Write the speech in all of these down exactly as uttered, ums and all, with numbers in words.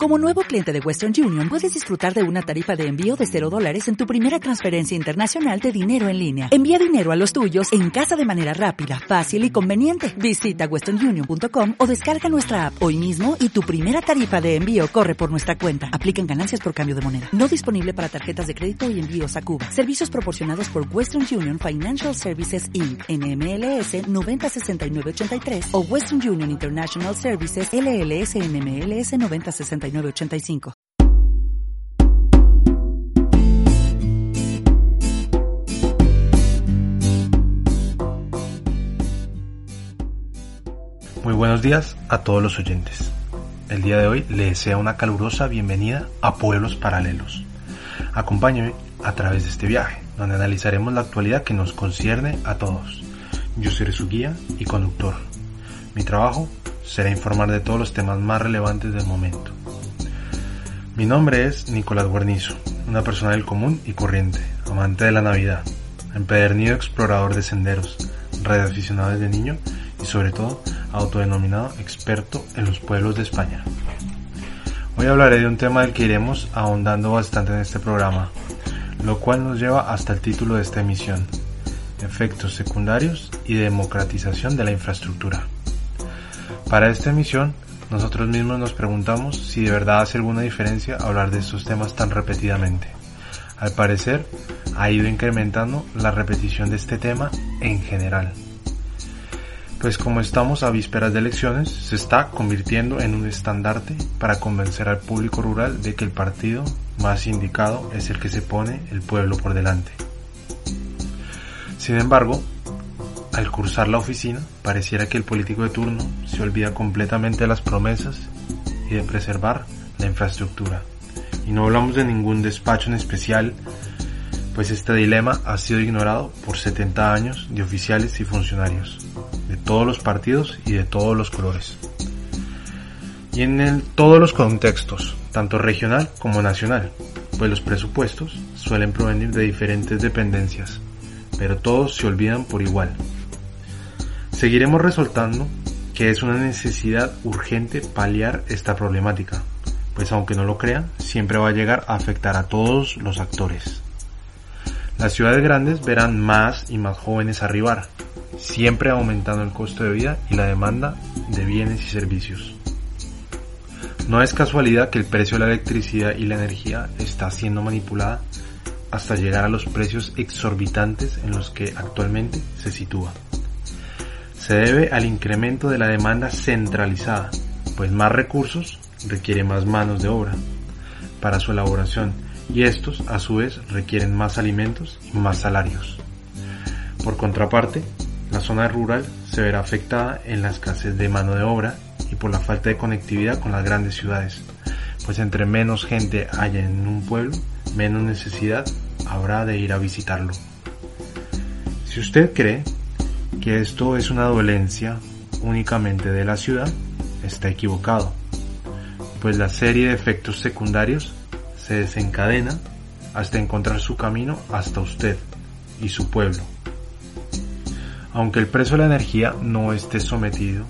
Como nuevo cliente de Western Union, puedes disfrutar de una tarifa de envío de cero dólares en tu primera transferencia internacional de dinero en línea. Envía dinero a los tuyos en casa de manera rápida, fácil y conveniente. Visita western union punto com o descarga nuestra app hoy mismo y tu primera tarifa de envío corre por nuestra cuenta. Aplican ganancias por cambio de moneda. No disponible para tarjetas de crédito y envíos a Cuba. Servicios proporcionados por Western Union Financial Services incorporated. N M L S noventa sesenta y nueve ochenta y tres o Western Union International Services L L S N M L S noventa sesenta y nueve ochenta y cinco. Muy buenos días a todos los oyentes. El día de hoy les deseo una calurosa bienvenida a Pueblos Paralelos. Acompáñenme a través de este viaje, donde analizaremos la actualidad que nos concierne a todos. Yo seré su guía y conductor. Mi trabajo será informar de todos los temas más relevantes del momento. Mi nombre es Nicolás Guarnizo, una persona del común y corriente, amante de la Navidad, empedernido explorador de senderos, radioaficionado desde niño y sobre todo autodenominado experto en los pueblos de España. Hoy hablaré de un tema del que iremos ahondando bastante en este programa, lo cual nos lleva hasta el título de esta emisión: efectos secundarios y democratización de la infraestructura. Para esta emisión, nosotros mismos nos preguntamos si de verdad hace alguna diferencia hablar de estos temas tan repetidamente. Al parecer, ha ido incrementando la repetición de este tema en general. Pues como estamos a vísperas de elecciones, se está convirtiendo en un estandarte para convencer al público rural de que el partido más indicado es el que se pone el pueblo por delante. Sin embargo, al cursar la oficina, pareciera que el político de turno se olvida completamente de las promesas y de preservar la infraestructura. Y no hablamos de ningún despacho en especial, pues este dilema ha sido ignorado por setenta años de oficiales y funcionarios, de todos los partidos y de todos los colores. Y en el, todos los contextos, tanto regional como nacional, pues los presupuestos suelen provenir de diferentes dependencias, pero todos se olvidan por igual. Seguiremos resaltando que es una necesidad urgente paliar esta problemática, pues aunque no lo crean, siempre va a llegar a afectar a todos los actores. Las ciudades grandes verán más y más jóvenes arribar, siempre aumentando el costo de vida y la demanda de bienes y servicios. No es casualidad que el precio de la electricidad y la energía está siendo manipulada hasta llegar a los precios exorbitantes en los que actualmente se sitúa. Se debe al incremento de la demanda centralizada, pues más recursos requieren más manos de obra para su elaboración y estos a su vez requieren más alimentos y más salarios. Por contraparte, la zona rural se verá afectada en la escasez de mano de obra y por la falta de conectividad con las grandes ciudades, pues entre menos gente haya en un pueblo, menos necesidad habrá de ir a visitarlo. Si usted cree que esto es una dolencia únicamente de la ciudad, está equivocado, pues la serie de efectos secundarios se desencadena hasta encontrar su camino hasta usted y su pueblo. Aunque el precio de la energía no esté sometido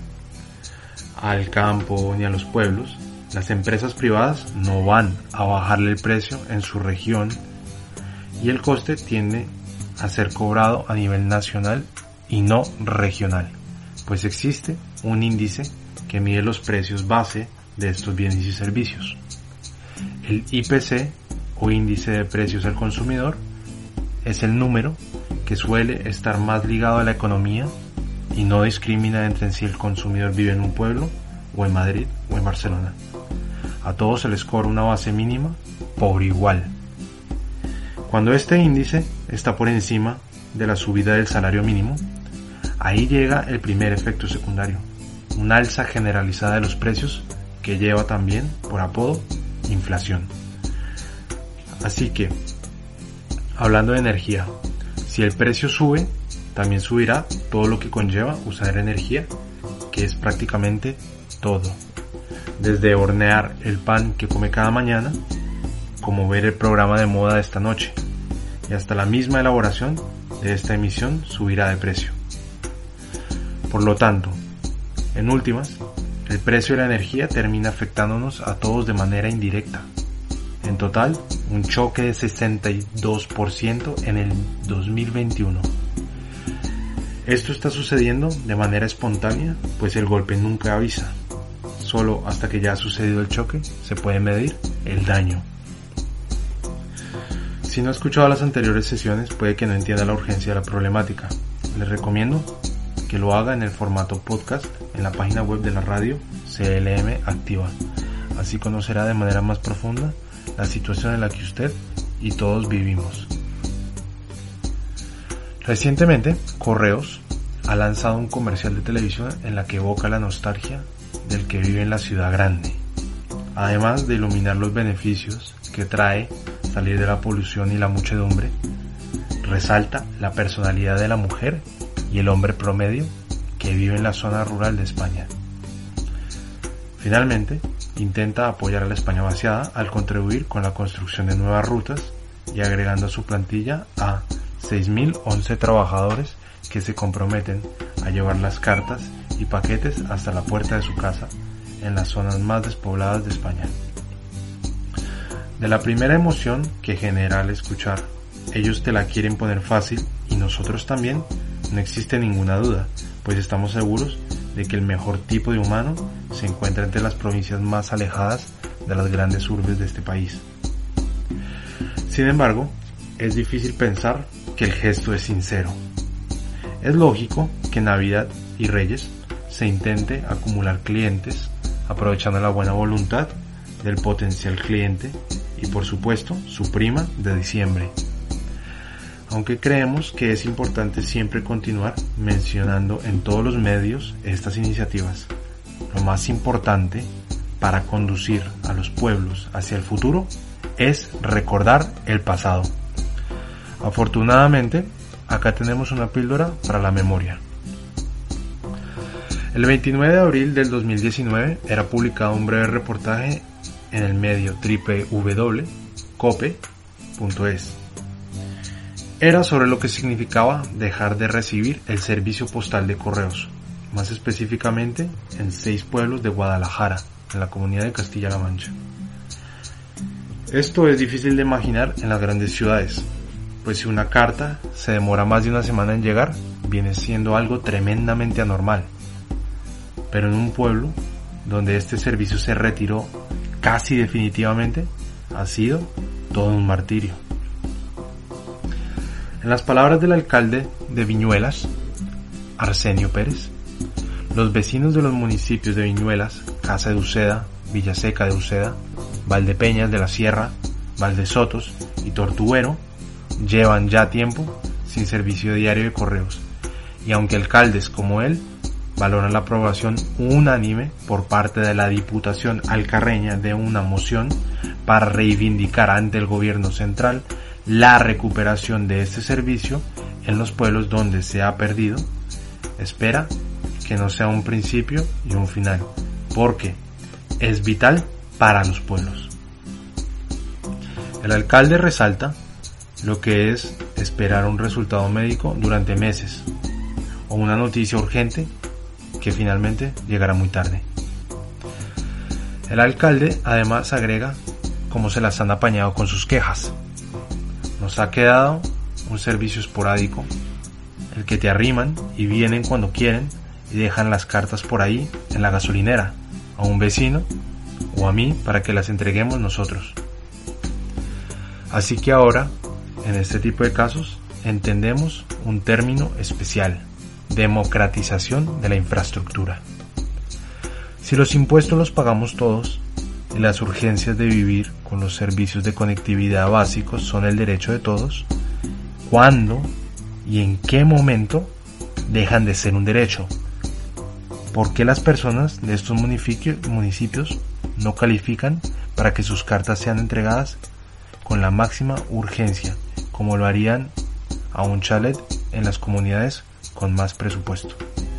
al campo ni a los pueblos, las empresas privadas no van a bajarle el precio en su región y el coste tiende a ser cobrado a nivel nacional y no regional, pues existe un índice que mide los precios base de estos bienes y servicios. El I P C o índice de precios al consumidor es el número que suele estar más ligado a la economía y no discrimina entre si el consumidor vive en un pueblo o en Madrid o en Barcelona. A todos se les cobra una base mínima por igual. Cuando este índice está por encima de la subida del salario mínimo, ahí llega el primer efecto secundario, una alza generalizada de los precios que lleva también por apodo inflación. Así que, hablando de energía, si el precio sube, también subirá todo lo que conlleva usar energía, que es prácticamente todo, desde hornear el pan que come cada mañana, como ver el programa de moda de esta noche, y hasta la misma elaboración de esta emisión subirá de precio. Por lo tanto, en últimas, el precio de la energía termina afectándonos a todos de manera indirecta. En total, un choque de sesenta y dos por ciento en el dos mil veintiuno. Esto está sucediendo de manera espontánea, pues el golpe nunca avisa. Solo hasta que ya ha sucedido el choque se puede medir el daño. Si no ha escuchado las anteriores sesiones, puede que no entienda la urgencia de la problemática. Les recomiendo que lo haga en el formato podcast en la página web de la radio C L M Activa. Así conocerá de manera más profunda la situación en la que usted y todos vivimos. Recientemente, Correos ha lanzado un comercial de televisión en la que evoca la nostalgia del que vive en la ciudad grande, además de iluminar los beneficios que trae salir de la polución y la muchedumbre. Resalta la personalidad de la mujer y el hombre promedio que vive en la zona rural de España. Finalmente, intenta apoyar a la España vaciada al contribuir con la construcción de nuevas rutas y agregando a su plantilla a seis mil once trabajadores que se comprometen a llevar las cartas y paquetes hasta la puerta de su casa en las zonas más despobladas de España. De la primera emoción que genera al escuchar "ellos te la quieren poner fácil y nosotros también", no existe ninguna duda, pues estamos seguros de que el mejor tipo de humano se encuentra entre las provincias más alejadas de las grandes urbes de este país. Sin embargo, es difícil pensar que el gesto es sincero. Es lógico que en Navidad y Reyes se intente acumular clientes, aprovechando la buena voluntad del potencial cliente y, por supuesto, su prima de diciembre. Aunque creemos que es importante siempre continuar mencionando en todos los medios estas iniciativas, lo más importante para conducir a los pueblos hacia el futuro es recordar el pasado. Afortunadamente, acá tenemos una píldora para la memoria. El veintinueve de abril del dos mil diecinueve era publicado un breve reportaje en el medio doble u doble u doble u punto cope punto es. Era sobre lo que significaba dejar de recibir el servicio postal de correos, más específicamente en seis pueblos de Guadalajara, en la comunidad de Castilla-La Mancha. Esto es difícil de imaginar en las grandes ciudades, pues si una carta se demora más de una semana en llegar, viene siendo algo tremendamente anormal. Pero en un pueblo donde este servicio se retiró casi definitivamente, ha sido todo un martirio. En las palabras del alcalde de Viñuelas, Arsenio Pérez, los vecinos de los municipios de Viñuelas, Casa de Uceda, Villaseca de Uceda, Valdepeñas de la Sierra, Valdesotos y Tortuguero llevan ya tiempo sin servicio diario de correos, y aunque alcaldes como él valoran la aprobación unánime por parte de la Diputación alcarreña de una moción para reivindicar ante el gobierno central la recuperación de este servicio en los pueblos donde se ha perdido, espera que no sea un principio y un final, porque es vital para los pueblos. El alcalde resalta lo que es esperar un resultado médico durante meses o una noticia urgente que finalmente llegará muy tarde. El alcalde además agrega cómo se las han apañado con sus quejas. Nos ha quedado un servicio esporádico, el que te arriman y vienen cuando quieren y dejan las cartas por ahí en la gasolinera, a un vecino o a mí para que las entreguemos nosotros. Así que ahora, en este tipo de casos, entendemos un término especial: democratización de la infraestructura. Si los impuestos los pagamos todos y las urgencias de vivir con los servicios de conectividad básicos son el derecho de todos, ¿cuándo y en qué momento dejan de ser un derecho? ¿Por qué las personas de estos municipios no califican para que sus cartas sean entregadas con la máxima urgencia, como lo harían a un chalet en las comunidades con más presupuesto?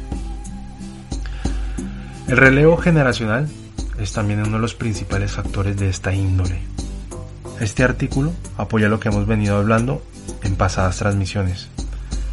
El relevo generacional es también uno de los principales factores de esta índole. Este artículo apoya lo que hemos venido hablando en pasadas transmisiones.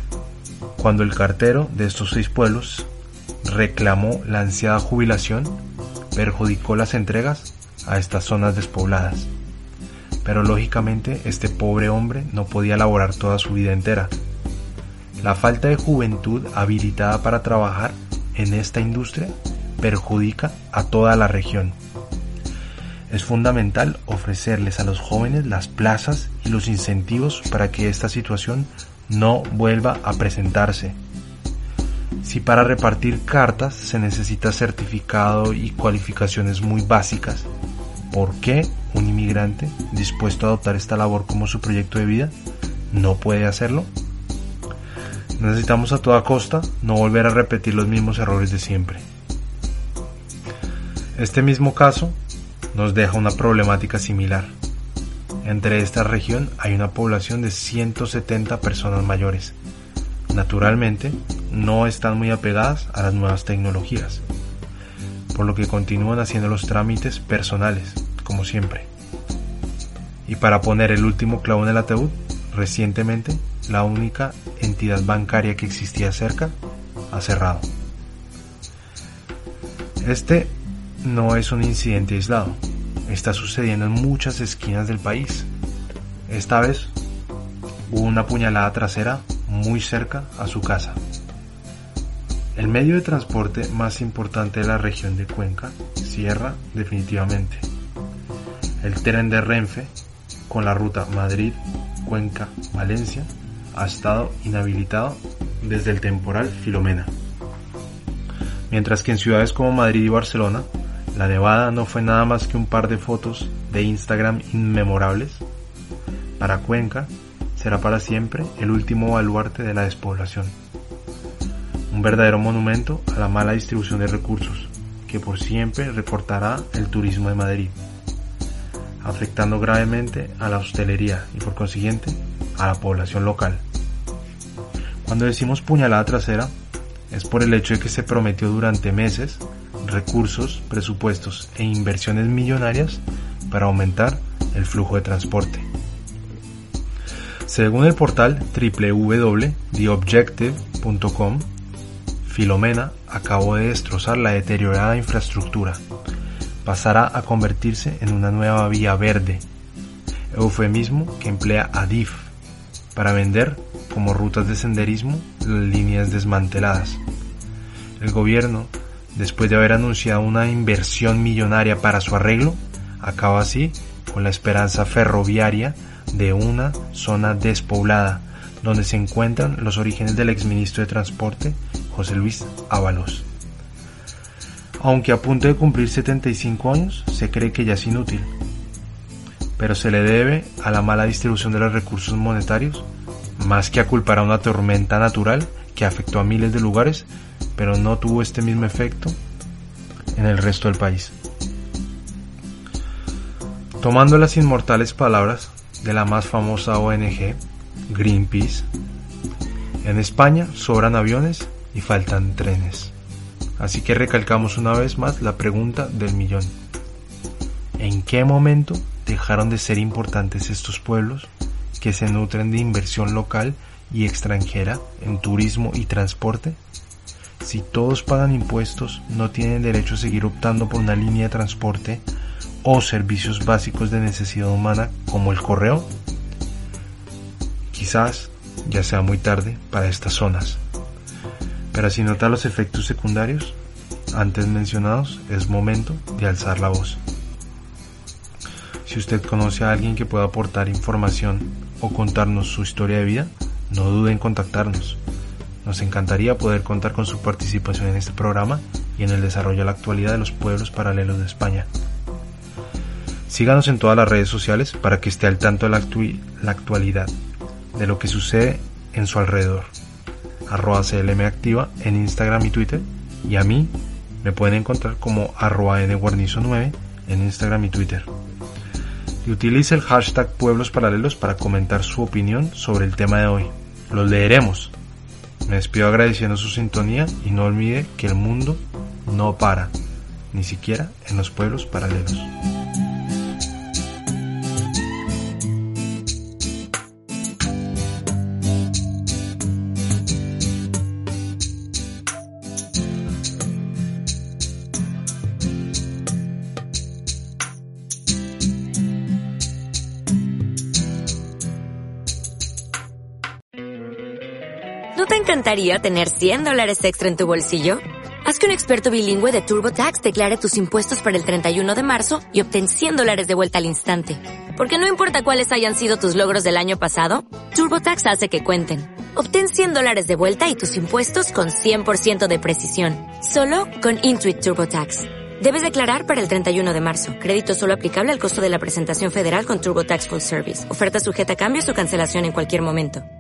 Cuando el cartero de estos seis pueblos reclamó la ansiada jubilación, perjudicó las entregas a estas zonas despobladas. Pero lógicamente este pobre hombre no podía laborar toda su vida entera. La falta de juventud habilitada para trabajar en esta industria perjudica a toda la región. Es fundamental ofrecerles a los jóvenes las plazas y los incentivos para que esta situación no vuelva a presentarse. Si para repartir cartas se necesita certificado y cualificaciones muy básicas, ¿por qué un inmigrante dispuesto a adoptar esta labor como su proyecto de vida no puede hacerlo? Necesitamos a toda costa no volver a repetir los mismos errores de siempre. Este mismo caso nos deja una problemática similar. Entre esta región hay una población de ciento setenta personas mayores. Naturalmente, no están muy apegadas a las nuevas tecnologías, por lo que continúan haciendo los trámites personales, como siempre. Y para poner el último clavo en el ataúd, recientemente la única entidad bancaria que existía cerca ha cerrado. Este no es un incidente aislado, está sucediendo en muchas esquinas del país. Esta vez hubo una puñalada trasera muy cerca a su casa. El medio de transporte más importante de la región de Cuenca cierra definitivamente. El tren de Renfe, con la ruta Madrid-Cuenca-Valencia, ha estado inhabilitado desde el temporal Filomena. Mientras que en ciudades como Madrid y Barcelona, la nevada no fue nada más que un par de fotos de Instagram inmemorables. Para Cuenca será para siempre el último baluarte de la despoblación. Un verdadero monumento a la mala distribución de recursos, que por siempre recortará el turismo de Madrid, afectando gravemente a la hostelería y por consiguiente a la población local. Cuando decimos puñalada trasera, es por el hecho de que se prometió durante meses recursos, presupuestos e inversiones millonarias para aumentar el flujo de transporte. Según el portal doble u doble u doble u punto the objective punto com, Filomena acabó de destrozar la deteriorada infraestructura. Pasará a convertirse en una nueva vía verde, eufemismo que emplea Adif para vender como rutas de senderismo las líneas desmanteladas. El gobierno, después de haber anunciado una inversión millonaria para su arreglo, acaba así con la esperanza ferroviaria de una zona despoblada, donde se encuentran los orígenes del exministro de Transporte, José Luis Ábalos. Aunque a punto de cumplir setenta y cinco años, se cree que ya es inútil, pero se le debe a la mala distribución de los recursos monetarios, más que a culpar a una tormenta natural que afectó a miles de lugares, pero no tuvo este mismo efecto en el resto del país. Tomando las inmortales palabras de la más famosa O N G, Greenpeace, en España sobran aviones y faltan trenes. Así que recalcamos una vez más la pregunta del millón. ¿En qué momento dejaron de ser importantes estos pueblos que se nutren de inversión local y extranjera en turismo y transporte? Si todos pagan impuestos, ¿no tienen derecho a seguir optando por una línea de transporte o servicios básicos de necesidad humana como el correo? Quizás ya sea muy tarde para estas zonas, pero sin notar los efectos secundarios antes mencionados, es momento de alzar la voz. Si usted conoce a alguien que pueda aportar información o contarnos su historia de vida, no dude en contactarnos. Nos encantaría poder contar con su participación en este programa y en el desarrollo de la actualidad de los pueblos paralelos de España. Síganos en todas las redes sociales para que esté al tanto de la, actu- la actualidad, de lo que sucede en su alrededor. Arroba C L M Activa en Instagram y Twitter, y a mí me pueden encontrar como arroba N Guarnizo nueve en Instagram y Twitter. Y utilice el hashtag Pueblos Paralelos para comentar su opinión sobre el tema de hoy. Los leeremos. Me despido agradeciendo su sintonía y no olvide que el mundo no para, ni siquiera en los pueblos paralelos. ¿No te encantaría tener cien dólares extra en tu bolsillo? Haz que un experto bilingüe de TurboTax declare tus impuestos para el treinta y uno de marzo y obtén cien dólares de vuelta al instante. Porque no importa cuáles hayan sido tus logros del año pasado, TurboTax hace que cuenten. Obtén cien dólares de vuelta y tus impuestos con cien por ciento de precisión. Solo con Intuit TurboTax. Debes declarar para el treinta y uno de marzo. Crédito solo aplicable al costo de la presentación federal con TurboTax Full Service. Oferta sujeta a cambios o cancelación en cualquier momento.